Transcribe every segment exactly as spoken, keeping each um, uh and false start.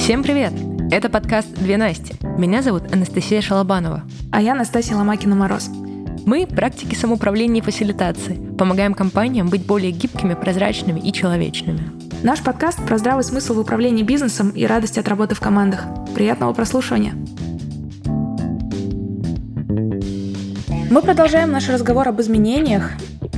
Всем привет! Это подкаст «Две Насти». Меня зовут Анастасия Шалобанова. А я Настасья Ломакина-Мороз. Мы — практики самоуправления и фасилитации. Помогаем компаниям быть более гибкими, прозрачными и человечными. Наш подкаст про здравый смысл в управлении бизнесом и радость от работы в командах. Приятного прослушивания! Мы продолжаем наш разговор об изменениях.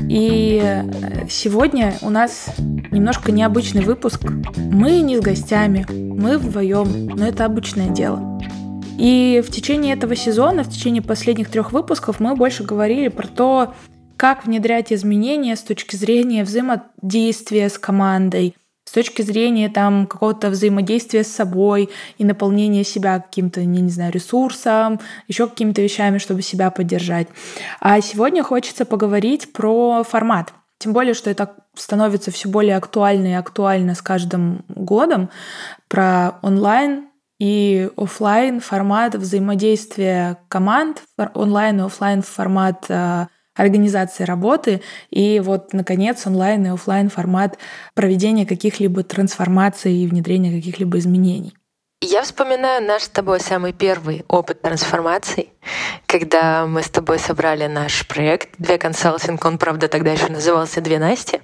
И сегодня у нас немножко необычный выпуск. Мы не с гостями, мы вдвоем, но это обычное дело. И в течение этого сезона, в течение последних трех выпусков мы больше говорили про то, как внедрять изменения с точки зрения взаимодействия с командой, с точки зрения там, какого-то взаимодействия с собой и наполнения себя каким-то, не, не знаю, ресурсом, еще какими-то вещами, чтобы себя поддержать. А сегодня хочется поговорить про формат. Тем более, что это становится все более актуально и актуально с каждым годом, про онлайн и офлайн формат взаимодействия команд, онлайн и офлайн формат организации работы и вот, наконец, онлайн и офлайн формат проведения каких-либо трансформаций и внедрения каких-либо изменений. Я вспоминаю наш с тобой самый первый опыт трансформации, когда мы с тобой собрали наш проект «Две консалтинг». Он, правда, тогда еще назывался «Две Насти».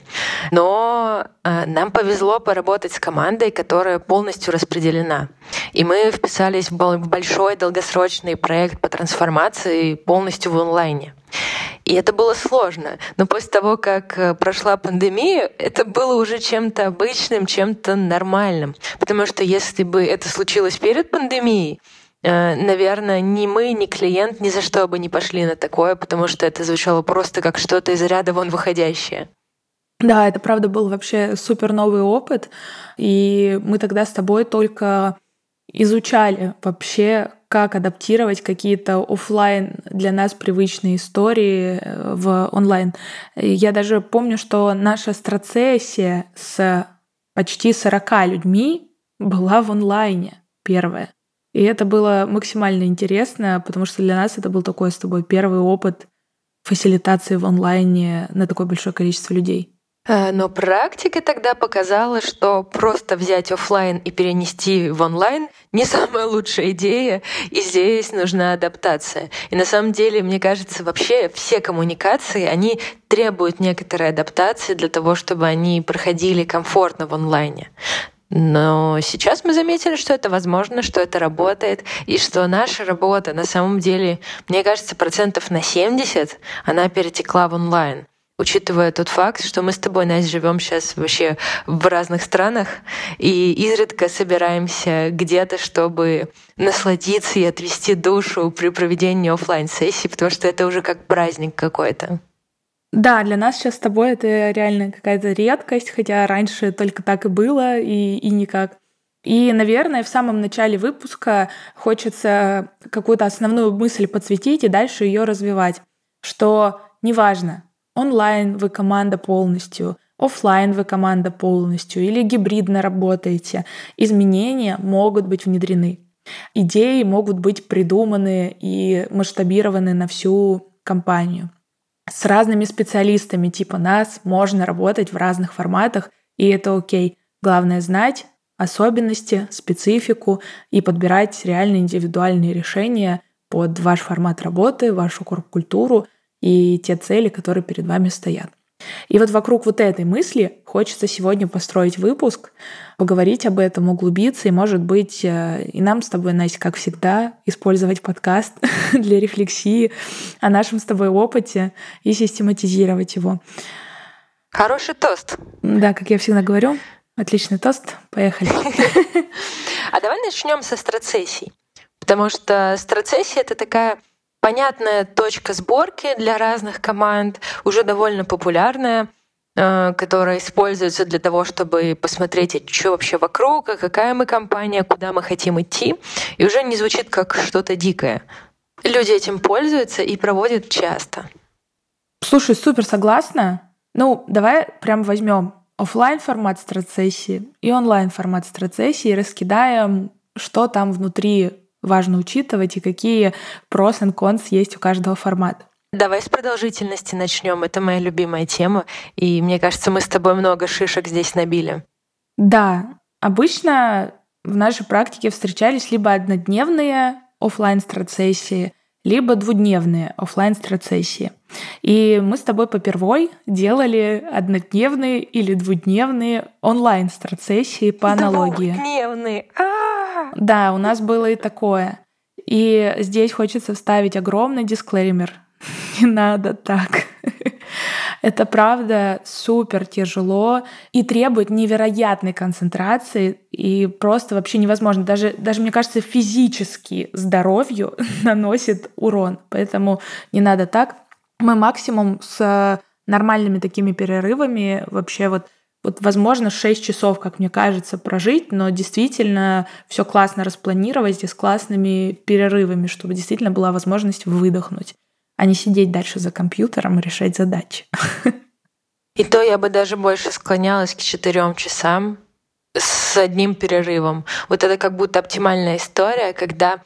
Но э, нам повезло поработать с командой, которая полностью распределена. И мы вписались в большой долгосрочный проект по трансформации полностью в онлайне. И это было сложно. Но после того, как прошла пандемия, это было уже чем-то обычным, чем-то нормальным. Потому что если бы это случилось перед пандемией, наверное, ни мы, ни клиент ни за что бы не пошли на такое, потому что это звучало просто как что-то из ряда вон выходящее. Да, это правда был вообще супер новый опыт. И мы тогда с тобой только изучали вообще, как адаптировать какие-то офлайн для нас привычные истории в онлайн. Я даже помню, что наша страцессия с почти сорока людьми была в онлайне первая. И это было максимально интересно, потому что для нас это был такой с тобой первый опыт фасилитации в онлайне на такое большое количество людей. Но практика тогда показала, что просто взять офлайн и перенести в онлайн не самая лучшая идея, и здесь нужна адаптация. И на самом деле, мне кажется, вообще все коммуникации, они требуют некоторой адаптации для того, чтобы они проходили комфортно в онлайне. Но сейчас мы заметили, что это возможно, что это работает, и что наша работа на самом деле, мне кажется, процентов на семьдесят она перетекла в онлайн. Учитывая тот факт, что мы с тобой, Настя, живем сейчас вообще в разных странах и изредка собираемся где-то, чтобы насладиться и отвести душу при проведении офлайн-сессий, потому что это уже как праздник какой-то. Да, для нас сейчас с тобой это реально какая-то редкость, хотя раньше только так и было, и, и никак. И, наверное, в самом начале выпуска хочется какую-то основную мысль подсветить и дальше ее развивать, что неважно, онлайн вы команда полностью, офлайн вы команда полностью или гибридно работаете, изменения могут быть внедрены. Идеи могут быть придуманы и масштабированы на всю компанию. С разными специалистами типа нас можно работать в разных форматах, и это окей. Главное знать особенности, специфику и подбирать реально индивидуальные решения под ваш формат работы, вашу корп-культуру и те цели, которые перед вами стоят. И вот вокруг вот этой мысли хочется сегодня построить выпуск, поговорить об этом, углубиться, и, может быть, и нам с тобой, Настя, как всегда, использовать подкаст для рефлексии о нашем с тобой опыте и систематизировать его. Хороший тост. Да, как я всегда говорю, отличный тост. Поехали. А давай начнем со страцессий. Потому что страцессия — это такая понятная точка сборки для разных команд, уже довольно популярная, которая используется для того, чтобы посмотреть, что вообще вокруг, какая мы компания, куда мы хотим идти, и уже не звучит как что-то дикое. Люди этим пользуются и проводят часто. Слушай, супер согласна. Ну, давай прям возьмем офлайн формат страцессии и онлайн формат страцессии и раскидаем, что там внутри важно учитывать и какие pros and cons есть у каждого формата. Давай с продолжительности начнем. Это моя любимая тема, и мне кажется, мы с тобой много шишек здесь набили. Да, обычно в нашей практике встречались либо однодневные офлайн страцессии, либо двудневные офлайн страцессии. И мы с тобой попервой делали однодневные или двудневные онлайн страцессии по аналогии. Двухдневные. А-а-а. Да, у нас было и такое. И здесь хочется вставить огромный дисклеймер. Не надо так. Это правда супер тяжело и требует невероятной концентрации, и просто вообще невозможно. Даже, даже мне кажется, физически здоровью наносит урон. Поэтому не надо так. Мы максимум с нормальными такими перерывами вообще вот Вот, возможно, шесть часов, как мне кажется, прожить, но действительно все классно распланировать и с классными перерывами, чтобы действительно была возможность выдохнуть, а не сидеть дальше за компьютером и решать задачи. И то я бы даже больше склонялась к четырем часам с одним перерывом. Вот это как будто оптимальная история, когда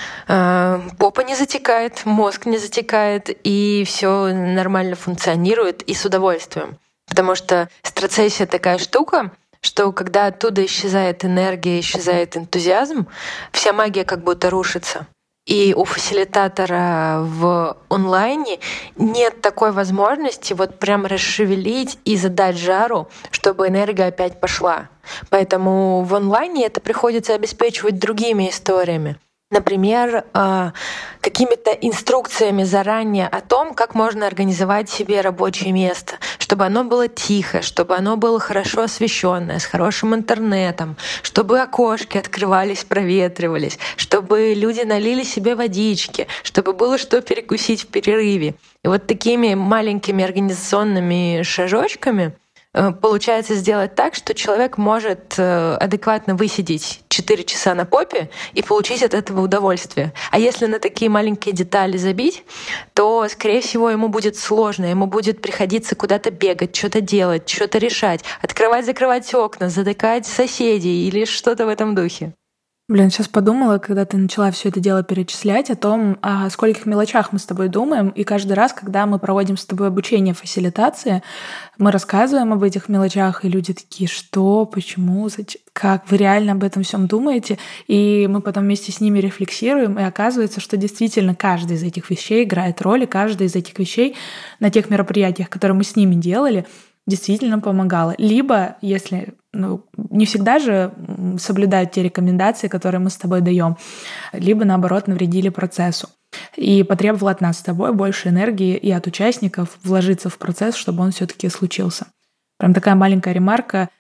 э, попа не затекает, мозг не затекает, и все нормально функционирует и с удовольствием. Потому что страцессия такая штука, что когда оттуда исчезает энергия, исчезает энтузиазм, вся магия как будто рушится. И у фасилитатора в онлайне нет такой возможности вот прям расшевелить и задать жару, чтобы энергия опять пошла. Поэтому в онлайне это приходится обеспечивать другими историями. Например, какими-то инструкциями заранее о том, как можно организовать себе рабочее место, чтобы оно было тихо, чтобы оно было хорошо освещенное, с хорошим интернетом, чтобы окошки открывались, проветривались, чтобы люди налили себе водички, чтобы было что перекусить в перерыве. И вот такими маленькими организационными шажочками получается сделать так, что человек может адекватно высидеть четыре часа на попе и получить от этого удовольствие. А если на такие маленькие детали забить, то, скорее всего, ему будет сложно, ему будет приходиться куда-то бегать, что-то делать, что-то решать, открывать, закрывать окна, затыкать соседей или что-то в этом духе. Блин, сейчас подумала, когда ты начала все это дело перечислять, о том, о скольких мелочах мы с тобой думаем, и каждый раз, когда мы проводим с тобой обучение фасилитации, мы рассказываем об этих мелочах, и люди такие: что, почему, зачем, как, вы реально об этом всем думаете? И мы потом вместе с ними рефлексируем, и оказывается, что действительно каждая из этих вещей играет роль, и каждая из этих вещей на тех мероприятиях, которые мы с ними делали, действительно помогала. Либо, если ну, не всегда же соблюдают те рекомендации, которые мы с тобой даем, либо, наоборот, навредили процессу. И потребовало от нас с тобой больше энергии и от участников вложиться в процесс, чтобы он все-таки случился. Прям такая маленькая ремарка.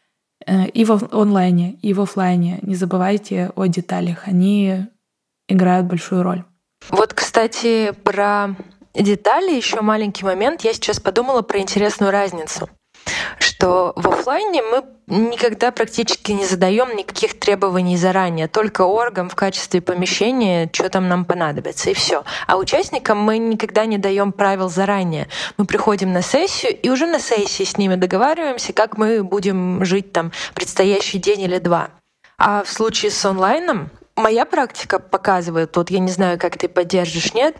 И в онлайне, и в офлайне не забывайте о деталях. Они играют большую роль. Вот, кстати, про детали еще маленький момент. Я сейчас подумала про интересную разницу, что в офлайне мы никогда практически не задаем никаких требований заранее, только оргам в качестве помещения, что там нам понадобится, и все. А участникам мы никогда не даем правил заранее. Мы приходим на сессию, и уже на сессии с ними договариваемся, как мы будем жить там предстоящий день или два. А в случае с онлайном моя практика показывает, вот я не знаю, как ты поддержишь, нет,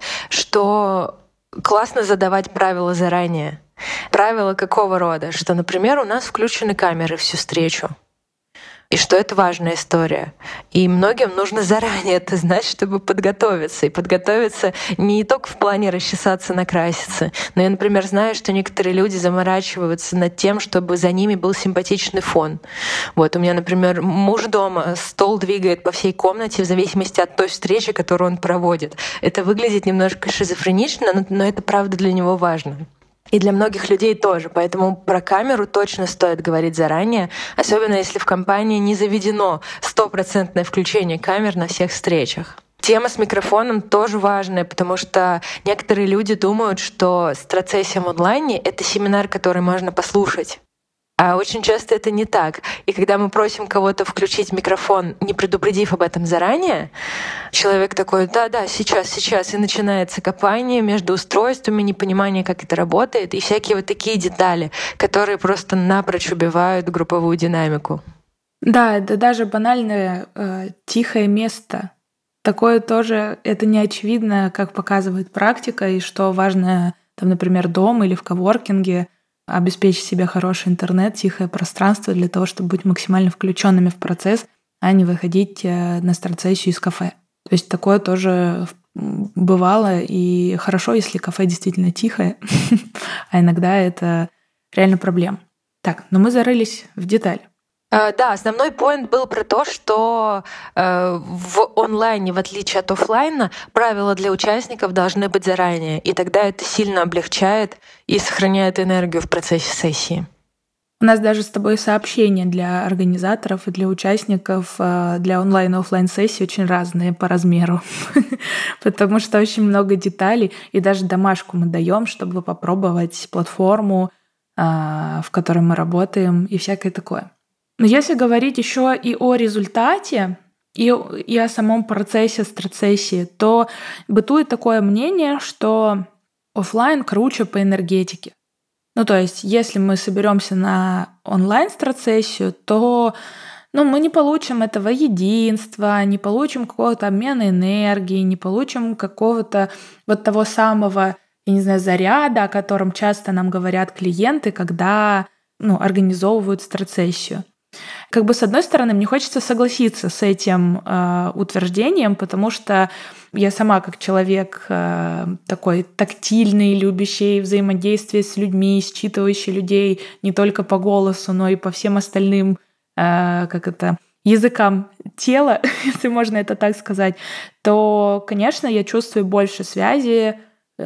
что классно задавать правила заранее. Правила какого рода? Что, например, у нас включены камеры всю встречу. И что это важная история. И многим нужно заранее это знать, чтобы подготовиться. И подготовиться не только в плане расчесаться, накраситься. Но я, например, знаю, что некоторые люди заморачиваются над тем, чтобы за ними был симпатичный фон. Вот у меня, например, муж дома стол двигает по всей комнате в зависимости от той встречи, которую он проводит. Это выглядит немножко шизофренично, но, но это правда для него важно. И для многих людей тоже. Поэтому про камеру точно стоит говорить заранее, особенно если в компании не заведено стопроцентное включение камер на всех встречах. Тема с микрофоном тоже важная, потому что некоторые люди думают, что страцессия в онлайне — это семинар, который можно послушать. А очень часто это не так. И когда мы просим кого-то включить микрофон, не предупредив об этом заранее, человек такой: да-да, сейчас, сейчас, и начинается копание между устройствами, непонимание, как это работает, и всякие вот такие детали, которые просто напрочь убивают групповую динамику. Да, да, даже банальное э, тихое место. Такое тоже, это не очевидно, как показывает практика, и что важно, там, например, дома или в коворкинге, обеспечить себе хороший интернет, тихое пространство для того, чтобы быть максимально включенными в процесс а не выходить на страцессию из кафе. То есть такое тоже бывало, и хорошо, если кафе действительно тихое, а иногда это реально проблема. Так, но мы зарылись в детали. Uh, да, основной поинт был про то, что uh, в онлайне, в отличие от офлайна, правила для участников должны быть заранее, и тогда это сильно облегчает и сохраняет энергию в процессе сессии. У нас даже с тобой сообщения для организаторов и для участников для онлайн и офлайн сессий очень разные по размеру, потому что очень много деталей, и даже домашку мы даем, чтобы попробовать платформу, в которой мы работаем, и всякое такое. Но если говорить еще и о результате, и, и о самом процессе страцессии, то бытует такое мнение, что офлайн круче по энергетике. Ну, то есть, если мы соберемся на онлайн-страцессию, то ну, мы не получим этого единства, не получим какого-то обмена энергии, не получим какого-то вот того самого, я не знаю, заряда, о котором часто нам говорят клиенты, когда ну, организовывают страцессию. Как бы с одной стороны, мне хочется согласиться с этим э, утверждением, потому что я сама как человек э, такой тактильный, любящий взаимодействие с людьми, считывающий людей не только по голосу, но и по всем остальным, э, как это, языкам тела, если можно это так сказать, то, конечно, я чувствую больше связи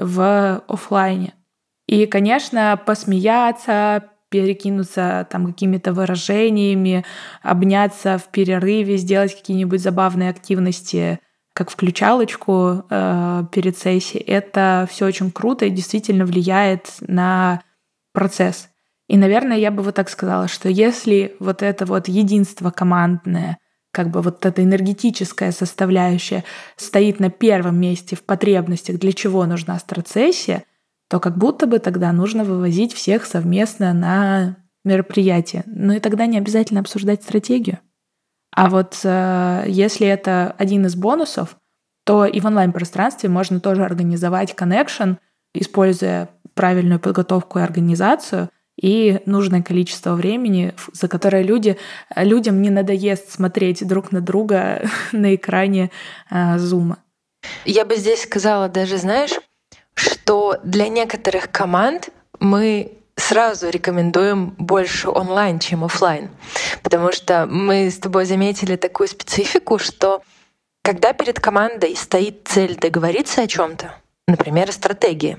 в офлайне. И, конечно, посмеяться, перекинуться там какими-то выражениями, обняться в перерыве, сделать какие-нибудь забавные активности, как включалочку э, перед сессией. Это все очень круто и действительно влияет на процесс. И, наверное, я бы вот так сказала, что если вот это вот единство командное, как бы вот эта энергетическая составляющая стоит на первом месте в потребностях, для чего нужна страцессия, то как будто бы тогда нужно вывозить всех совместно на мероприятие. Ну и тогда не обязательно обсуждать стратегию. А вот э, если это один из бонусов, то и в онлайн-пространстве можно тоже организовать коннекшн, используя правильную подготовку и организацию, и нужное количество времени, за которое люди, людям не надоест смотреть друг на друга на экране э, Zoom. Я бы здесь сказала даже, знаешь, что для некоторых команд мы сразу рекомендуем больше онлайн, чем офлайн. Потому что мы с тобой заметили такую специфику, что когда перед командой стоит цель договориться о чем-то, например, о стратегии,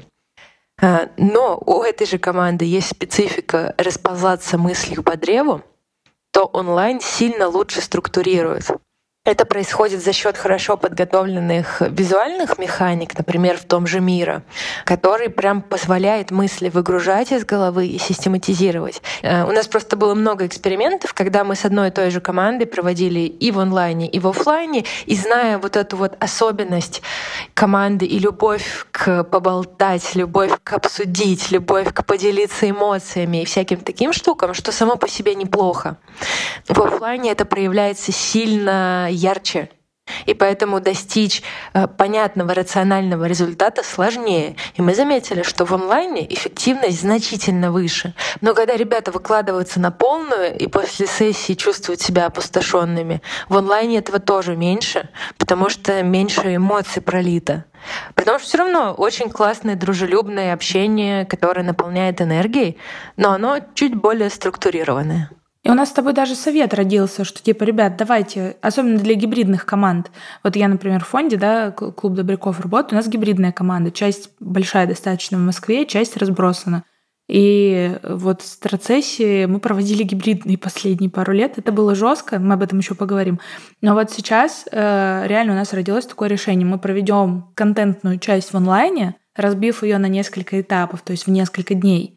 но у этой же команды есть специфика расползаться мыслью по древу, то онлайн сильно лучше структурирует. Это происходит за счет хорошо подготовленных визуальных механик, например, в том же Мира, который прям позволяет мысли выгружать из головы и систематизировать. У нас просто было много экспериментов, когда мы с одной и той же командой проводили и в онлайне, и в офлайне, и зная вот эту вот особенность команды и любовь к поболтать, любовь к обсудить, любовь к поделиться эмоциями и всяким таким штукам, что само по себе неплохо. В офлайне это проявляется сильно ярче. И поэтому достичь э, понятного, рационального результата сложнее. И мы заметили, что в онлайне эффективность значительно выше. Но когда ребята выкладываются на полную и после сессии чувствуют себя опустошенными, в онлайне этого тоже меньше, потому что меньше эмоций пролито. Потому что все равно очень классное, дружелюбное общение, которое наполняет энергией, но оно чуть более структурированное. И у нас с тобой даже совет родился, что типа, ребят, давайте, особенно для гибридных команд. Вот я, например, в фонде, да, клуб добряков работаю, у нас гибридная команда. Часть большая достаточно в Москве, часть разбросана. И вот в страцессии мы проводили гибридные последние пару лет. Это было жестко, мы об этом еще поговорим. Но вот сейчас э, реально у нас родилось такое решение. Мы проведем контентную часть в онлайне, разбив ее на несколько этапов, то есть в несколько дней.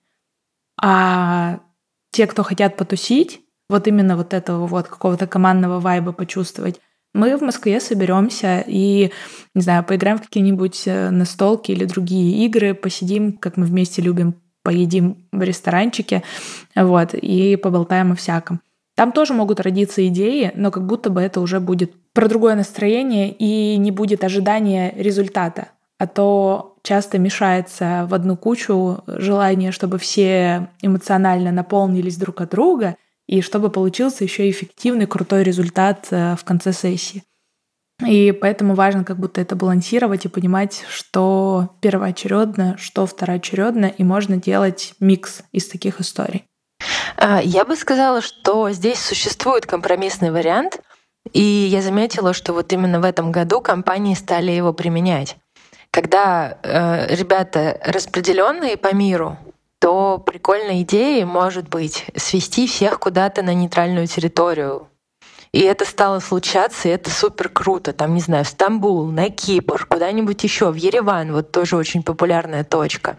А те, кто хотят потусить, вот именно вот этого вот какого-то командного вайба почувствовать, мы в Москве соберемся и, не знаю, поиграем в какие-нибудь настолки или другие игры, посидим, как мы вместе любим, поедим в ресторанчике, вот, и поболтаем о всяком. Там тоже могут родиться идеи, но как будто бы это уже будет про другое настроение и не будет ожидания результата. А то часто мешается в одну кучу желание, чтобы все эмоционально наполнились друг от друга, и чтобы получился еще эффективный, крутой результат в конце сессии. И поэтому важно как будто это балансировать и понимать, что первоочередно, что второочередно, и можно делать микс из таких историй. Я бы сказала, что здесь существует компромиссный вариант, и я заметила, что вот именно в этом году компании стали его применять. Когда э, ребята распределенные по миру, то прикольной идеей может быть свести всех куда-то на нейтральную территорию. И это стало случаться, и это супер круто. Там, не знаю, в Стамбул, на Кипр, куда-нибудь еще, в Ереван, вот тоже очень популярная точка.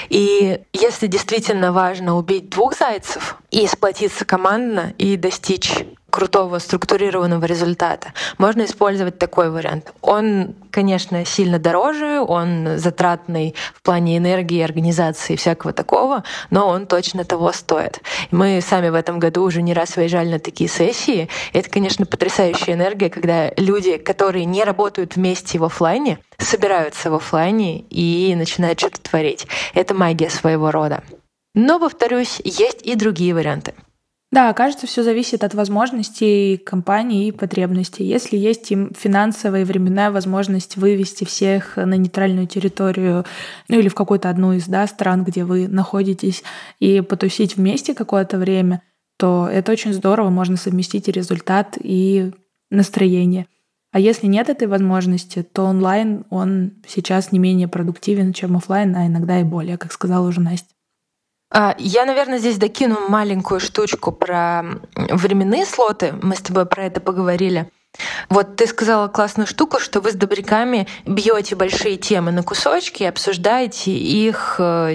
И если действительно важно убить двух зайцев и сплотиться командно и достичь крутого структурированного результата, можно использовать такой вариант. Он, конечно, сильно дороже, он затратный в плане энергии, организации и всякого такого, но он точно того стоит. Мы сами в этом году уже не раз выезжали на такие сессии. Это, конечно, потрясающая энергия, когда люди, которые не работают вместе в офлайне, собираются в офлайне и начинают что-то творить. Это магия своего рода. Но, повторюсь, есть и другие варианты. Да, кажется, все зависит от возможностей компании и потребностей. Если есть им финансовая и временная возможность вывести всех на нейтральную территорию, ну или в какую-то одну из да, стран, где вы находитесь, и потусить вместе какое-то время, то это очень здорово, можно совместить и результат, и настроение. А если нет этой возможности, то онлайн, он сейчас не менее продуктивен, чем офлайн, а иногда и более, как сказала уже Настя. Я, наверное, здесь докину маленькую штучку про временные слоты. Мы с тобой про это поговорили. Вот ты сказала классную штуку, что вы с добряками бьете большие темы на кусочки, обсуждаете их,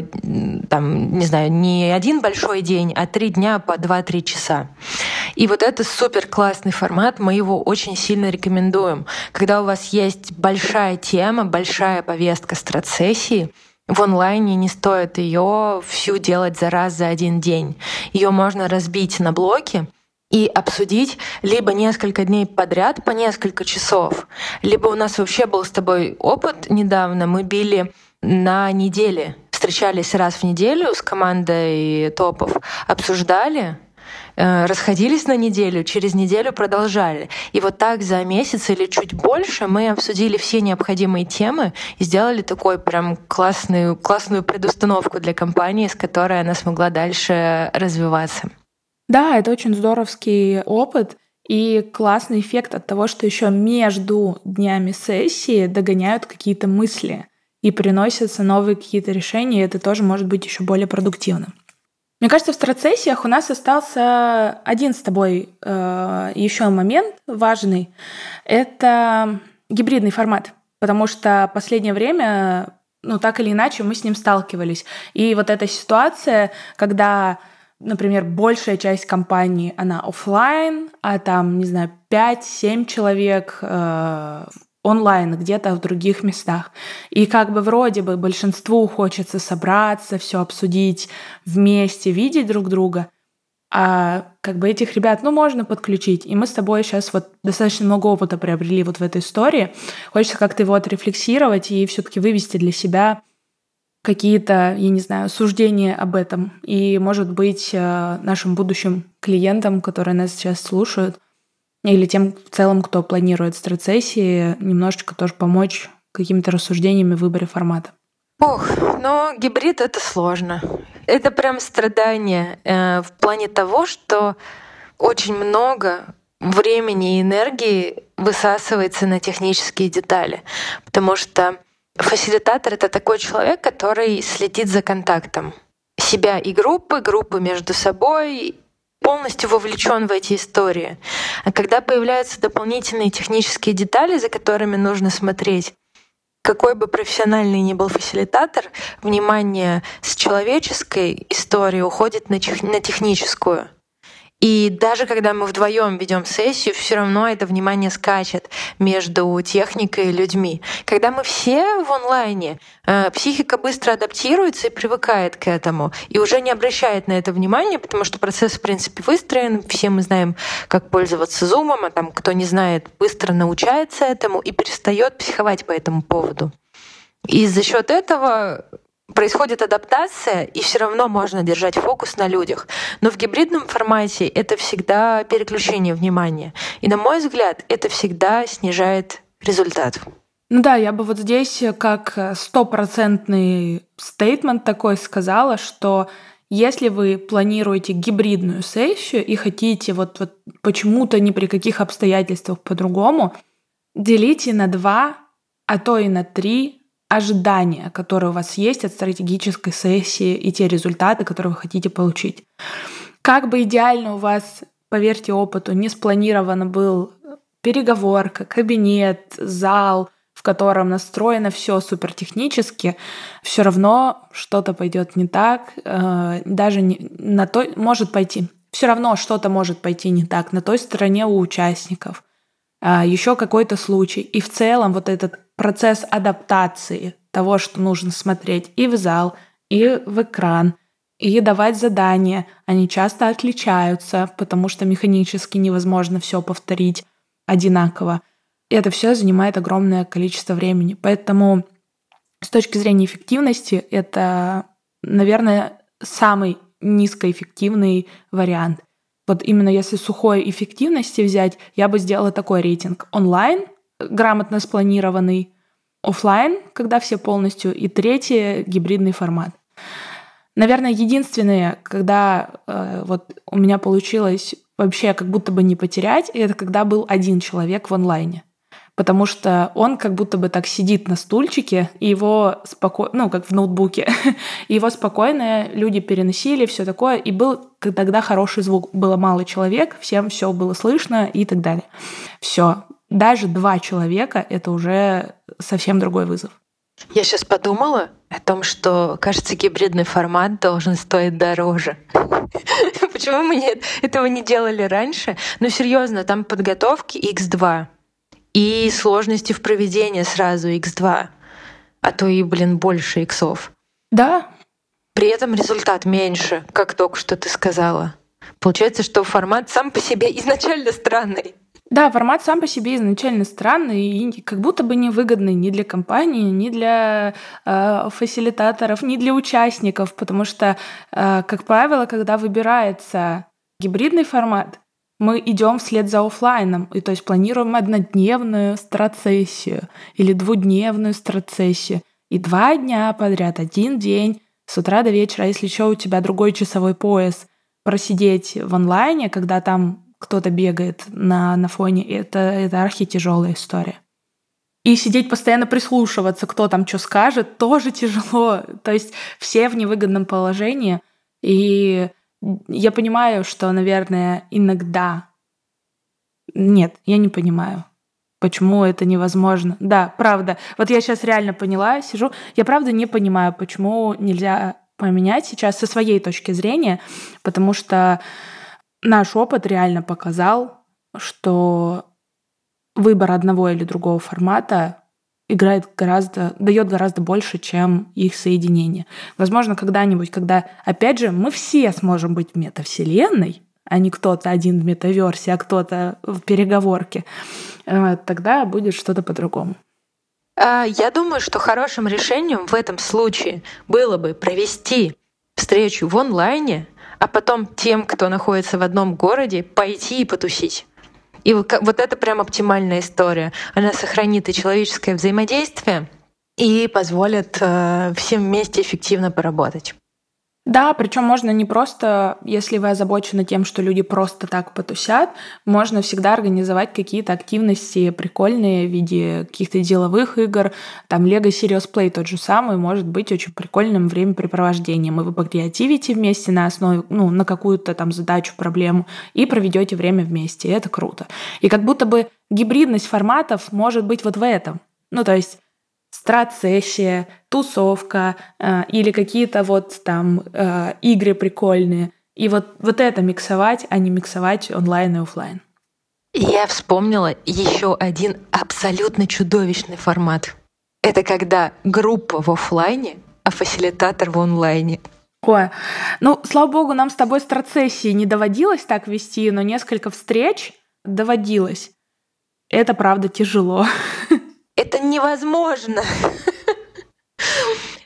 там, не знаю, не один большой день, а три дня по два-три часа. И вот это супер классный формат, мы его очень сильно рекомендуем. Когда у вас есть большая тема, большая повестка страт-сессии, в онлайне не стоит ее всю делать за раз за один день. Ее можно разбить на блоки и обсудить либо несколько дней подряд по несколько часов, либо у нас вообще был с тобой опыт недавно, мы били на неделе, встречались раз в неделю с командой топов, обсуждали, расходились на неделю, через неделю продолжали. И вот так за месяц или чуть больше мы обсудили все необходимые темы и сделали такой прям классную, классную предустановку для компании, с которой она смогла дальше развиваться. Да, это очень здоровский опыт и классный эффект от того, что еще между днями сессии догоняют какие-то мысли и приносятся новые какие-то решения, и это тоже может быть еще более продуктивным. Мне кажется, в страт-сессиях у нас остался один с тобой э, еще момент важный. Это гибридный формат, потому что в последнее время, ну так или иначе, мы с ним сталкивались. И вот эта ситуация, когда, например, большая часть компании, она офлайн, а там, не знаю, пять-семь человек э, онлайн где-то в других местах. И как бы вроде бы большинству хочется собраться, все обсудить вместе, видеть друг друга, а как бы этих ребят, ну, можно подключить. И мы с тобой сейчас вот достаточно много опыта приобрели вот в этой истории. Хочется как-то его отрефлексировать и все-таки вывести для себя какие-то, я не знаю, суждения об этом. И, может быть, нашим будущим клиентам, которые нас сейчас слушают, или тем в целом, кто планирует страт-сессии, немножечко тоже помочь какими-то рассуждениями в выборе формата. Ох, но гибрид — это сложно. Это прям страдание э, в плане того, что очень много времени и энергии высасывается на технические детали. Потому что фасилитатор — это такой человек, который следит за контактом себя и группы, группы между собой, полностью вовлечен в эти истории. А когда появляются дополнительные технические детали, за которыми нужно смотреть, какой бы профессиональный ни был фасилитатор, внимание с человеческой истории уходит на, тех, на техническую. И даже когда мы вдвоем ведем сессию, все равно это внимание скачет между техникой и людьми. Когда мы все в онлайне, психика быстро адаптируется и привыкает к этому, и уже не обращает на это внимания, потому что процесс, в принципе, выстроен. Все мы знаем, как пользоваться зумом, а там, кто не знает, быстро научается этому и перестает психовать по этому поводу. И за счет этого происходит адаптация, и все равно можно держать фокус на людях. Но в гибридном формате это всегда переключение внимания. И, на мой взгляд, это всегда снижает результат. Ну да, я бы вот здесь как стопроцентный стейтмент такой сказала, что если вы планируете гибридную сессию и хотите вот, вот почему-то ни при каких обстоятельствах по-другому, делите на два, а то и на три ожидания, которые у вас есть от стратегической сессии и те результаты, которые вы хотите получить. Как бы идеально у вас, поверьте опыту, не спланирован был переговорка, кабинет, зал, в котором настроено все супертехнически, все равно что-то пойдет не так, даже не, на той может пойти. Все равно что-то может пойти не так на той стороне у участников. Еще какой-то случай. И в целом вот этот процесс адаптации того, что нужно смотреть и в зал, и в экран, и давать задания, они часто отличаются, потому что механически невозможно все повторить одинаково. И это все занимает огромное количество времени. Поэтому с точки зрения эффективности это, наверное, самый низкоэффективный вариант. Вот именно если сухой эффективности взять, я бы сделала такой рейтинг. Онлайн, грамотно спланированный, офлайн, когда все полностью, и третий — гибридный формат. Наверное, единственное, когда э, вот у меня получилось вообще как будто бы не потерять, это когда был один человек в онлайне. Потому что он как будто бы так сидит на стульчике, и его спокойно, ну, как в ноутбуке, и его спокойно люди переносили, все такое, и был тогда хороший звук. Было мало человек, всем все было слышно и так далее. Все. Даже два человека — это уже совсем другой вызов. Я сейчас подумала о том, что, кажется, гибридный формат должен стоить дороже. Почему мы этого не делали раньше? Ну, серьезно, там подготовки икс два. И сложности в проведении сразу икс два, а то и, блин, больше иксов. Да. При этом результат меньше, как только что ты сказала. Получается, что формат сам по себе изначально странный. Да, формат сам по себе изначально странный и как будто бы невыгодный ни для компании, ни для э, фасилитаторов, ни для участников, потому что, э, как правило, когда выбирается гибридный формат, мы идем вслед за офлайном, и то есть планируем однодневную страцессию или двудневную страцессию. И два дня подряд, один день, с утра до вечера, если еще у тебя другой часовой пояс, просидеть в онлайне, когда там кто-то бегает на, на фоне, это, это архитяжелая история. И сидеть постоянно прислушиваться, кто там что скажет, тоже тяжело. То есть все в невыгодном положении. И я понимаю, что, наверное, иногда... Нет, я не понимаю, почему это невозможно. Да, правда. Вот я сейчас реально поняла, сижу. Я правда не понимаю, почему нельзя поменять сейчас со своей точки зрения, потому что наш опыт реально показал, что выбор одного или другого формата играет гораздо, дает гораздо больше, чем их соединение. Возможно, когда-нибудь, когда, опять же, мы все сможем быть в метавселенной, а не кто-то один в метаверсе, а кто-то в переговорке, тогда будет что-то по-другому. Я думаю, что хорошим решением в этом случае было бы провести встречу в онлайне, а потом тем, кто находится в одном городе, пойти и потусить. И вот это прям оптимальная история. Она сохранит и человеческое взаимодействие, и позволит э, всем вместе эффективно поработать. Да, причем можно не просто, если вы озабочены тем, что люди просто так потусят, можно всегда организовать какие-то активности прикольные в виде каких-то деловых игр. Там Lego Serious Play тот же самый может быть очень прикольным времяпрепровождением. И вы покреативите вместе на основе, ну, на какую-то там задачу, проблему, и проведете время вместе. И это круто. И как будто бы гибридность форматов может быть вот в этом. Ну, то есть страт-сессия, тусовка э, или какие-то вот там э, игры прикольные. И вот, вот это миксовать, а не миксовать онлайн и офлайн. Я вспомнила еще один абсолютно чудовищный формат. Это когда группа в офлайне, а фасилитатор в онлайне. Ой, ну, слава богу, нам с тобой страт-сессии не доводилось так вести, но несколько встреч доводилось. Это, правда, тяжело. Это невозможно.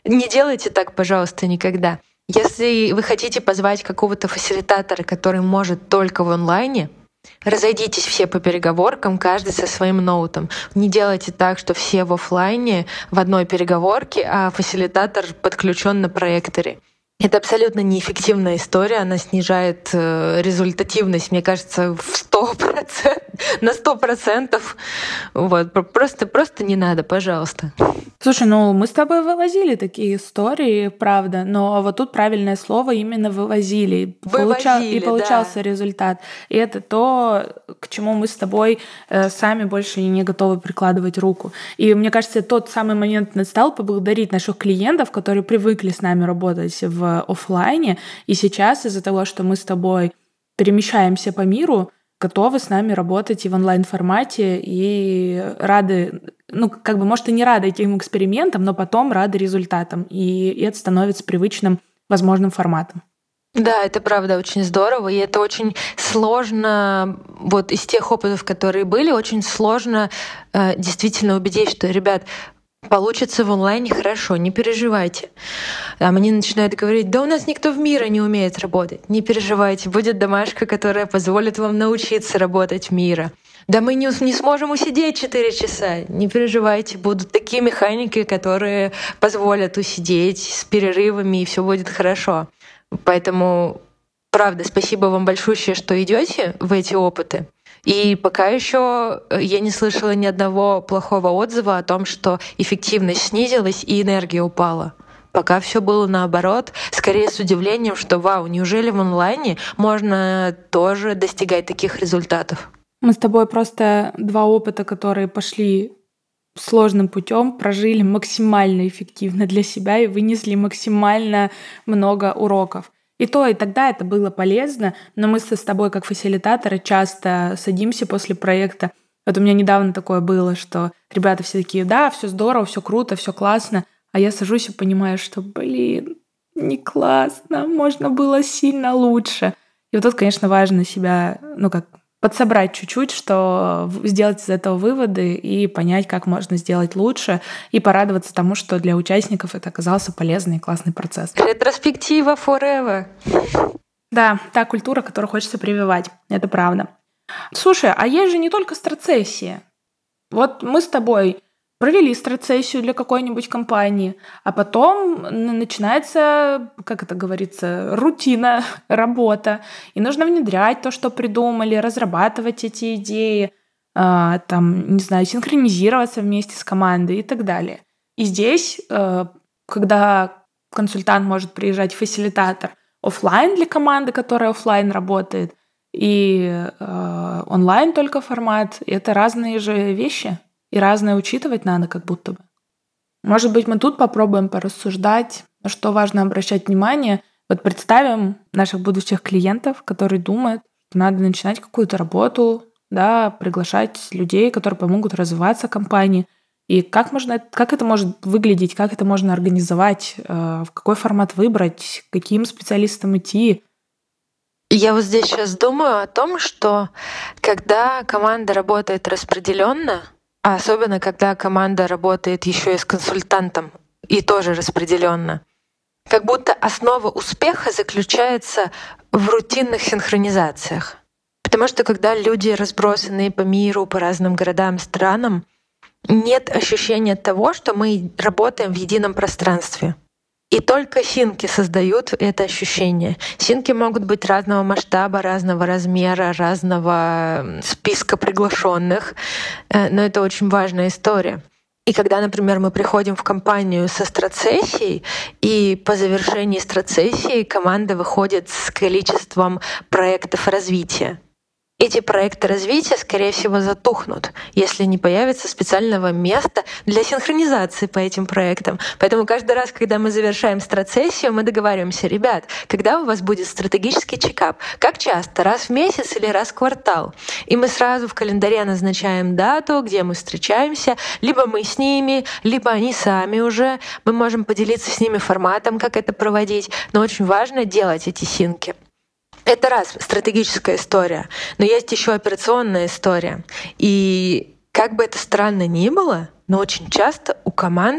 Не делайте так, пожалуйста, никогда. Если вы хотите позвать какого-то фасилитатора, который может только в онлайне, разойдитесь все по переговоркам, каждый со своим ноутом. Не делайте так, что все в офлайне в одной переговорке, а фасилитатор подключен на проекторе. Это абсолютно неэффективная история, она снижает э, результативность, мне кажется, в сто процентов, на сто процентов. Вот. Просто, просто не надо, пожалуйста. Слушай, ну мы с тобой вывозили такие истории, правда, но вот тут правильное слово именно вывозили. Вывозили, Получал, и получался да. результат. И это то, к чему мы с тобой э, сами больше не готовы прикладывать руку. И мне кажется, тот самый момент настал поблагодарить наших клиентов, которые привыкли с нами работать в офлайне, и сейчас из-за того, что мы с тобой перемещаемся по миру, готовы с нами работать и в онлайн-формате, и рады, ну, как бы, может, и не рады этим экспериментам, но потом рады результатам, и это становится привычным, возможным форматом. Да, это правда очень здорово, и это очень сложно, вот из тех опытов, которые были, очень сложно э, действительно убедить, что, ребят, получится в онлайне хорошо, не переживайте. А мне начинают говорить, да у нас никто в мире не умеет работать. Не переживайте, будет домашка, которая позволит вам научиться работать в мире. Да мы не, не сможем усидеть четыре часа. Не переживайте, будут такие механики, которые позволят усидеть с перерывами, и все будет хорошо. Поэтому, правда, спасибо вам большое, что идете в эти опыты. И пока еще я не слышала ни одного плохого отзыва о том, что эффективность снизилась и энергия упала. Пока все было наоборот, скорее с удивлением, что вау, неужели в онлайне можно тоже достигать таких результатов? Мы с тобой просто два опыта, которые пошли сложным путем, прожили максимально эффективно для себя и вынесли максимально много уроков. И то, и тогда это было полезно, но мы с тобой, как фасилитаторы, часто садимся после проекта. Вот у меня недавно такое было, что ребята все такие, да, все здорово, все круто, все классно, а я сажусь и понимаю, что, блин, не классно, можно было сильно лучше. И вот тут, конечно, важно себя, ну как, подсобрать чуть-чуть, что сделать из этого выводы и понять, как можно сделать лучше, и порадоваться тому, что для участников это оказался полезный и классный процесс. Ретроспектива forever. Да, та культура, которую хочется прививать. Это правда. Слушай, а есть же не только страцессия. Вот мы с тобой провели страцессию для какой-нибудь компании, а потом начинается, как это говорится, рутина, работа, и нужно внедрять то, что придумали, разрабатывать эти идеи, там, не знаю, синхронизироваться вместе с командой и так далее. И здесь, когда консультант может приезжать фасилитатор офлайн для команды, которая офлайн работает, и онлайн только формат, это разные же вещи. И разное учитывать надо как будто бы. Может быть, мы тут попробуем порассуждать, на что важно обращать внимание. Вот представим наших будущих клиентов, которые думают, что надо начинать какую-то работу, да, приглашать людей, которые помогут развиваться компании. И как, можно, как это может выглядеть, как это можно организовать, в какой формат выбрать, к каким специалистам идти. Я вот здесь сейчас думаю о том, что когда команда работает распределенно, а особенно, когда команда работает еще и с консультантом, и тоже распределенно, как будто основа успеха заключается в рутинных синхронизациях. Потому что когда люди разбросаны по миру, по разным городам, странам, нет ощущения того, что мы работаем в едином пространстве. И только синки создают это ощущение. Синки могут быть разного масштаба, разного размера, разного списка приглашенных, но это очень важная история. И когда, например, мы приходим в компанию со страцессией, и по завершении страцессии команда выходит с количеством проектов развития, эти проекты развития, скорее всего, затухнут, если не появится специального места для синхронизации по этим проектам. Поэтому каждый раз, когда мы завершаем страцессию, мы договариваемся, ребят, когда у вас будет стратегический чекап? Как часто? Раз в месяц или раз в квартал? И мы сразу в календаре назначаем дату, где мы встречаемся. Либо мы с ними, либо они сами уже. Мы можем поделиться с ними форматом, как это проводить. Но очень важно делать эти синки. Это раз, стратегическая история. Но есть еще операционная история. И как бы это странно ни было, но очень часто у команд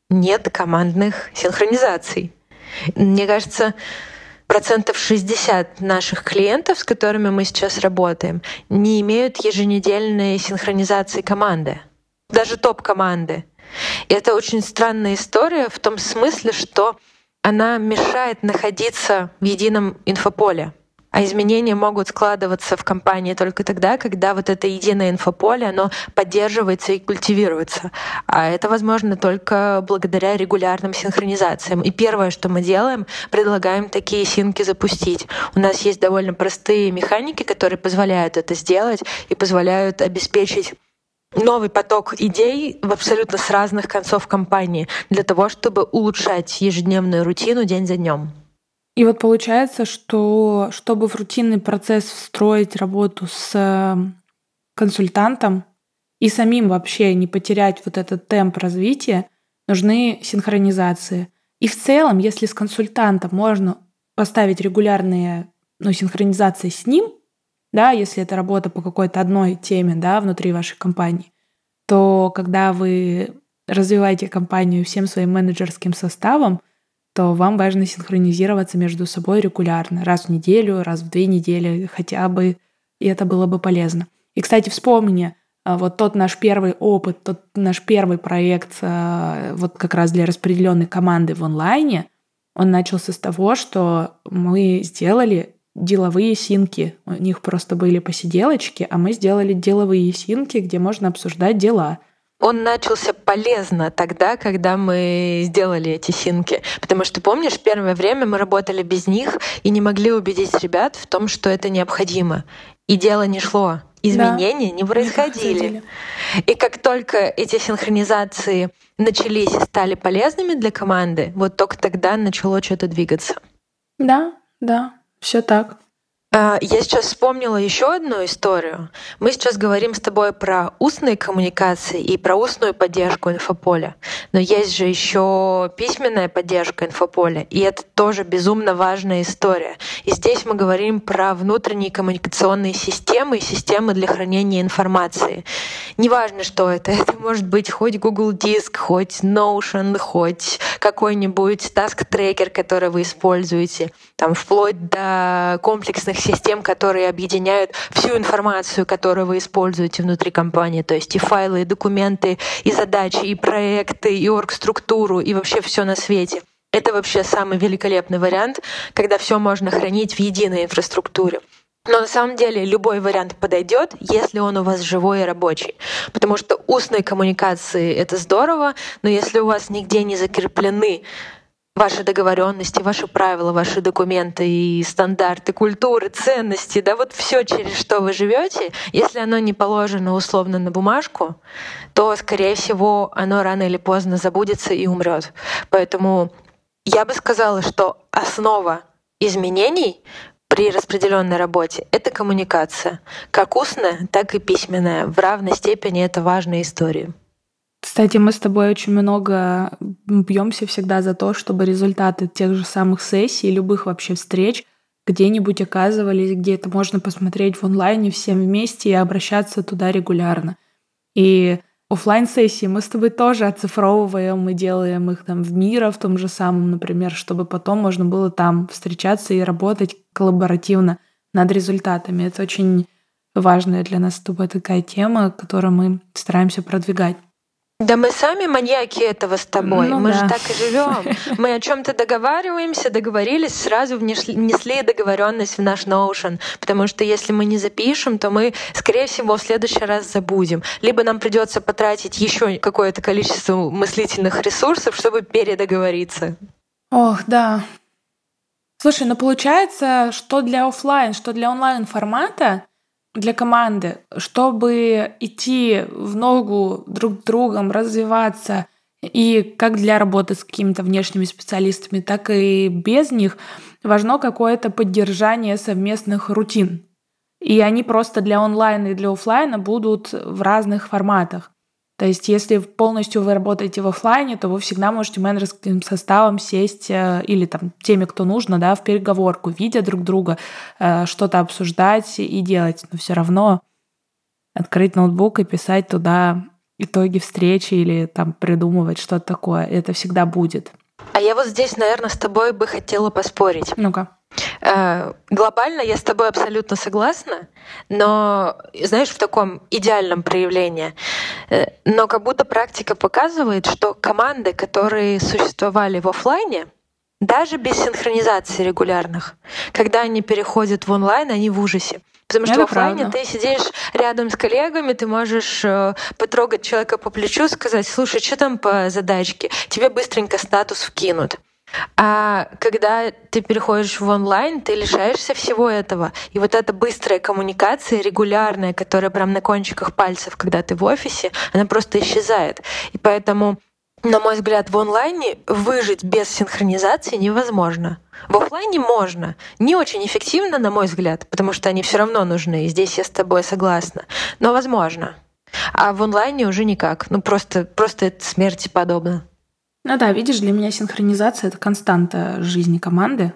нет командных синхронизаций. Мне кажется, процентов шестьдесят наших клиентов, с которыми мы сейчас работаем, не имеют еженедельной синхронизации команды, даже топ-команды. И это очень странная история в том смысле, что она мешает находиться в едином инфополе. А изменения могут складываться в компании только тогда, когда вот это единое инфополе, оно поддерживается и культивируется. А это возможно только благодаря регулярным синхронизациям. И первое, что мы делаем, предлагаем такие синки запустить. У нас есть довольно простые механики, которые позволяют это сделать и позволяют обеспечить новый поток идей в абсолютно с разных концов компании для того, чтобы улучшать ежедневную рутину день за днем. И вот получается, что чтобы в рутинный процесс встроить работу с консультантом и самим вообще не потерять вот этот темп развития, нужны синхронизации. И в целом, если с консультантом можно поставить регулярные ну, синхронизации с ним, да, если это работа по какой-то одной теме, да, внутри вашей компании, то когда вы развиваете компанию всем своим менеджерским составом, то вам важно синхронизироваться между собой регулярно, раз в неделю, раз в две недели хотя бы, и это было бы полезно. И, кстати, вспомни, вот тот наш первый опыт, тот наш первый проект вот как раз для распределенной команды в онлайне, он начался с того, что мы сделали деловые синки. У них просто были посиделочки, а мы сделали деловые синки, где можно обсуждать дела. Он начался полезно тогда, когда мы сделали эти синки. Потому что, помнишь, первое время мы работали без них и не могли убедить ребят в том, что это необходимо. И дело не шло. Изменения да, не происходили. И как только эти синхронизации начались и стали полезными для команды, вот только тогда начало что-то двигаться. Да, да, все так. Я сейчас вспомнила еще одну историю. Мы сейчас говорим с тобой про устные коммуникации и про устную поддержку инфополя. Но есть же еще письменная поддержка инфополя, и это тоже безумно важная история. И здесь мы говорим про внутренние коммуникационные системы и системы для хранения информации. Неважно, что это. Это может быть хоть Google Диск, хоть Notion, хоть какой-нибудь task-трекер, который вы используете, там, вплоть до комплексных систем, которые объединяют всю информацию, которую вы используете внутри компании, то есть и файлы, и документы, и задачи, и проекты, и оргструктуру, и вообще все на свете. Это вообще самый великолепный вариант, когда все можно хранить в единой инфраструктуре. Но на самом деле любой вариант подойдет, если он у вас живой и рабочий. Потому что устные коммуникации — это здорово, но если у вас нигде не закреплены ваши договоренности, ваши правила, ваши документы и стандарты, культуры, ценности, да вот все, через что вы живете, если оно не положено условно на бумажку, то, скорее всего, оно рано или поздно забудется и умрет. Поэтому я бы сказала, что основа изменений при распределенной работе — это коммуникация, как устная, так и письменная. В равной степени это важная история. Кстати, мы с тобой очень много бьемся всегда за то, чтобы результаты тех же самых сессий, любых вообще встреч где-нибудь оказывались, где это можно посмотреть в онлайне всем вместе и обращаться туда регулярно. И офлайн-сессии мы с тобой тоже оцифровываем, мы делаем их там в Мира, в том же самом, например, чтобы потом можно было там встречаться и работать коллаборативно над результатами. Это очень важная для нас с тобой такая тема, которую мы стараемся продвигать. Да мы сами маньяки этого с тобой. Ну, мы да. же так и живем. Мы о чем-то договариваемся, договорились, сразу внесли, внесли договоренность в наш Notion. Потому что если мы не запишем, то мы, скорее всего, в следующий раз забудем. Либо нам придется потратить еще какое-то количество мыслительных ресурсов, чтобы передоговориться. Ох, да. Слушай, ну получается, что для офлайн, что для онлайн-формата, для команды, чтобы идти в ногу друг с другом, развиваться, и как для работы с какими-то внешними специалистами, так и без них, важно какое-то поддержание совместных рутин. И они просто для онлайна и для офлайна будут в разных форматах. То есть если полностью вы работаете в офлайне, то вы всегда можете менеджерским составом сесть или там теми, кто нужно, да, в переговорку, видя друг друга, что-то обсуждать и делать. Но все равно открыть ноутбук и писать туда итоги встречи или там придумывать что-то такое. Это всегда будет. А я вот здесь, наверное, с тобой бы хотела поспорить. Ну-ка. Э, глобально я с тобой абсолютно согласна, но, знаешь, в таком идеальном проявлении. Э, но как будто практика показывает, что команды, которые существовали в офлайне, даже без синхронизации регулярных, когда они переходят в онлайн, они в ужасе. Потому что Это в офлайне правда. ты сидишь рядом с коллегами, ты можешь э, потрогать человека по плечу, сказать: слушай, что там по задачке? Тебе быстренько статус вкинут. А когда ты переходишь в онлайн, ты лишаешься всего этого. И вот эта быстрая коммуникация, регулярная, которая прям на кончиках пальцев, когда ты в офисе, она просто исчезает. И поэтому, на мой взгляд, в онлайне выжить без синхронизации невозможно. В офлайне можно. Не очень эффективно, на мой взгляд, потому что они все равно нужны. И здесь я с тобой согласна. Но возможно. А в онлайне уже никак. Ну просто, просто это смерти подобно. Ну да, видишь, для меня синхронизация — это константа жизни команды.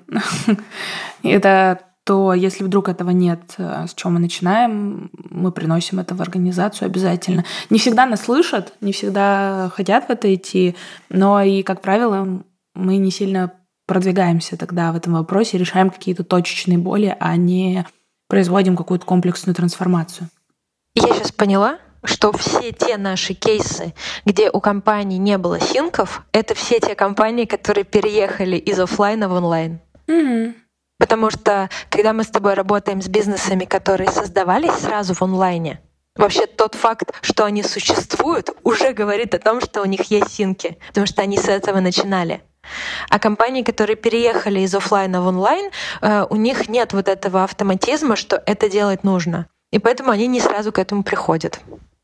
Это то, если вдруг этого нет, с чего мы начинаем, мы приносим это в организацию обязательно. Не всегда нас слышат, не всегда хотят в это идти, но и, как правило, мы не сильно продвигаемся тогда в этом вопросе, решаем какие-то точечные боли, а не производим какую-то комплексную трансформацию. Я сейчас поняла, что все те наши кейсы, где у компаний не было синков, это все те компании, которые переехали из офлайна в онлайн. Mm-hmm. Потому что, когда мы с тобой работаем с бизнесами, которые создавались сразу в онлайне, вообще тот факт, что они существуют, уже говорит о том, что у них есть синки, потому что они с этого начинали. А компании, которые переехали из офлайна в онлайн, у них нет вот этого автоматизма, что это делать нужно. И поэтому они не сразу к этому приходят.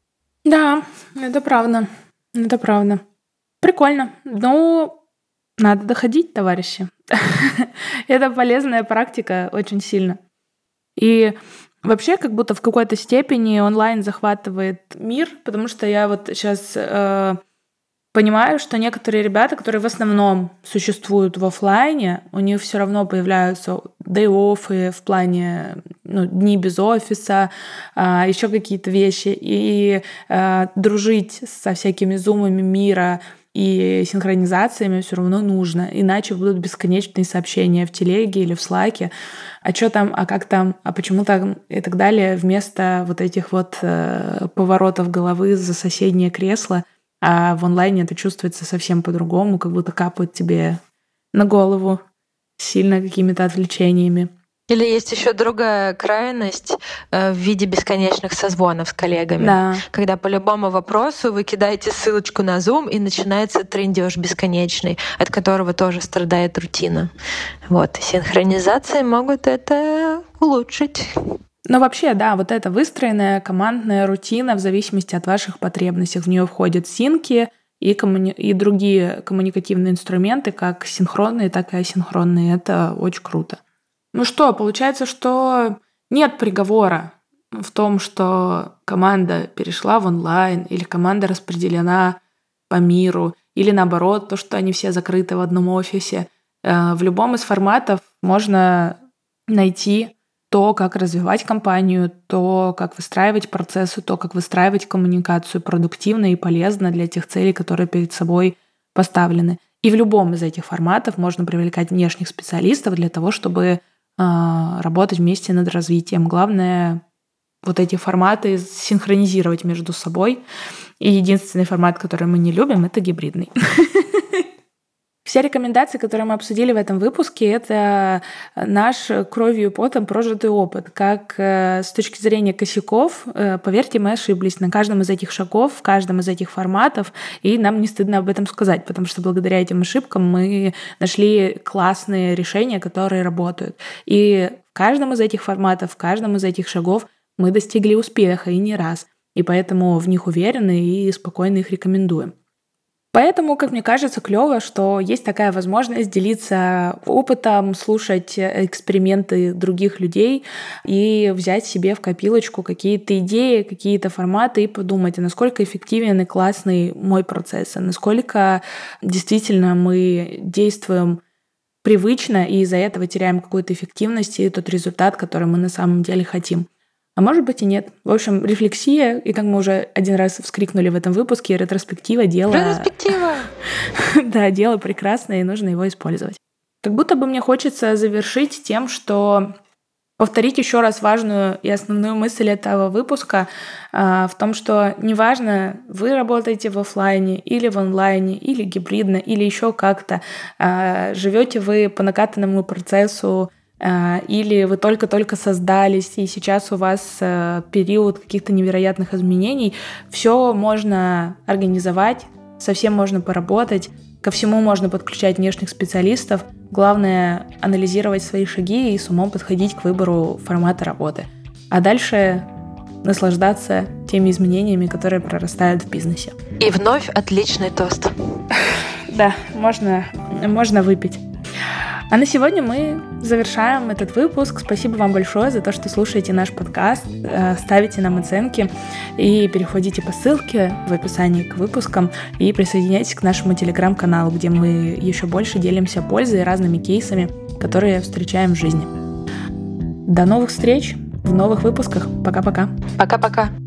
Да, это правда. Это правда. Прикольно. Ну, надо доходить, товарищи. Это полезная практика очень сильно. И вообще, как будто в какой-то степени онлайн захватывает мир, потому что я вот сейчас э, понимаю, что некоторые ребята, которые в основном существуют в офлайне, у них все равно появляются day-оффы в плане ну, дни без офиса, э, еще какие-то вещи. И э, дружить со всякими зумами мира и синхронизациями все равно нужно, иначе будут бесконечные сообщения в телеге или в слаке, а что там, а как там, а почему там и так далее, вместо вот этих вот э, поворотов головы за соседнее кресло. А в онлайне это чувствуется совсем по-другому, как будто капает тебе на голову сильно какими-то отвлечениями. Или есть еще другая крайность э, в виде бесконечных созвонов с коллегами. Да. Когда по любому вопросу вы кидаете ссылочку на Zoom, и начинается трындеж бесконечный, от которого тоже страдает рутина. Вот. Синхронизации могут это улучшить. Но вообще, да, вот эта выстроенная командная рутина в зависимости от ваших потребностей. В нее входят синки и, коммуни... и другие коммуникативные инструменты, как синхронные, так и асинхронные. Это очень круто. Ну что, получается, что нет приговора в том, что команда перешла в онлайн, или команда распределена по миру, или наоборот, то, что они все закрыты в одном офисе. В любом из форматов можно найти то, как развивать компанию, то, как выстраивать процессы, то, как выстраивать коммуникацию продуктивно и полезно для тех целей, которые перед собой поставлены. И в любом из этих форматов можно привлекать внешних специалистов для того, чтобы работать вместе над развитием. Главное вот эти форматы синхронизировать между собой. И единственный формат, который мы не любим, это гибридный. Все рекомендации, которые мы обсудили в этом выпуске, это наш кровью и потом прожитый опыт. Как с точки зрения косяков, поверьте, мы ошиблись на каждом из этих шагов, в каждом из этих форматов, и нам не стыдно об этом сказать, потому что благодаря этим ошибкам мы нашли классные решения, которые работают. И в каждом из этих форматов, в каждом из этих шагов мы достигли успеха, и не раз. И поэтому в них уверены и спокойно их рекомендуем. Поэтому, как мне кажется, клево, что есть такая возможность делиться опытом, слушать эксперименты других людей и взять себе в копилочку какие-то идеи, какие-то форматы и подумать, а насколько эффективен и классный мой процесс, а насколько действительно мы действуем привычно и из-за этого теряем какую-то эффективность и тот результат, который мы на самом деле хотим. а может быть и нет. В общем, рефлексия, и как мы уже один раз вскрикнули в этом выпуске, ретроспектива, дело... Ретроспектива! Да, дело прекрасное, и нужно его использовать. Как будто бы мне хочется завершить тем, что повторить еще раз важную и основную мысль этого выпуска э, в том, что неважно, вы работаете в офлайне или в онлайне, или гибридно, или еще как-то, э, живете вы по накатанному процессу, э, или вы только-только создались, и сейчас у вас э, период каких-то невероятных изменений, все можно организовать, со всем можно поработать, ко всему можно подключать внешних специалистов. Главное — анализировать свои шаги и с умом подходить к выбору формата работы. А дальше наслаждаться теми изменениями, которые прорастают в бизнесе. И вновь отличный тост. Да, можно, можно выпить. А на сегодня мы завершаем этот выпуск. Спасибо вам большое за то, что слушаете наш подкаст, ставите нам оценки и переходите по ссылке в описании к выпускам и присоединяйтесь к нашему телеграм-каналу, где мы еще больше делимся пользой и разными кейсами, которые встречаем в жизни. До новых встреч в новых выпусках. Пока-пока. Пока-пока.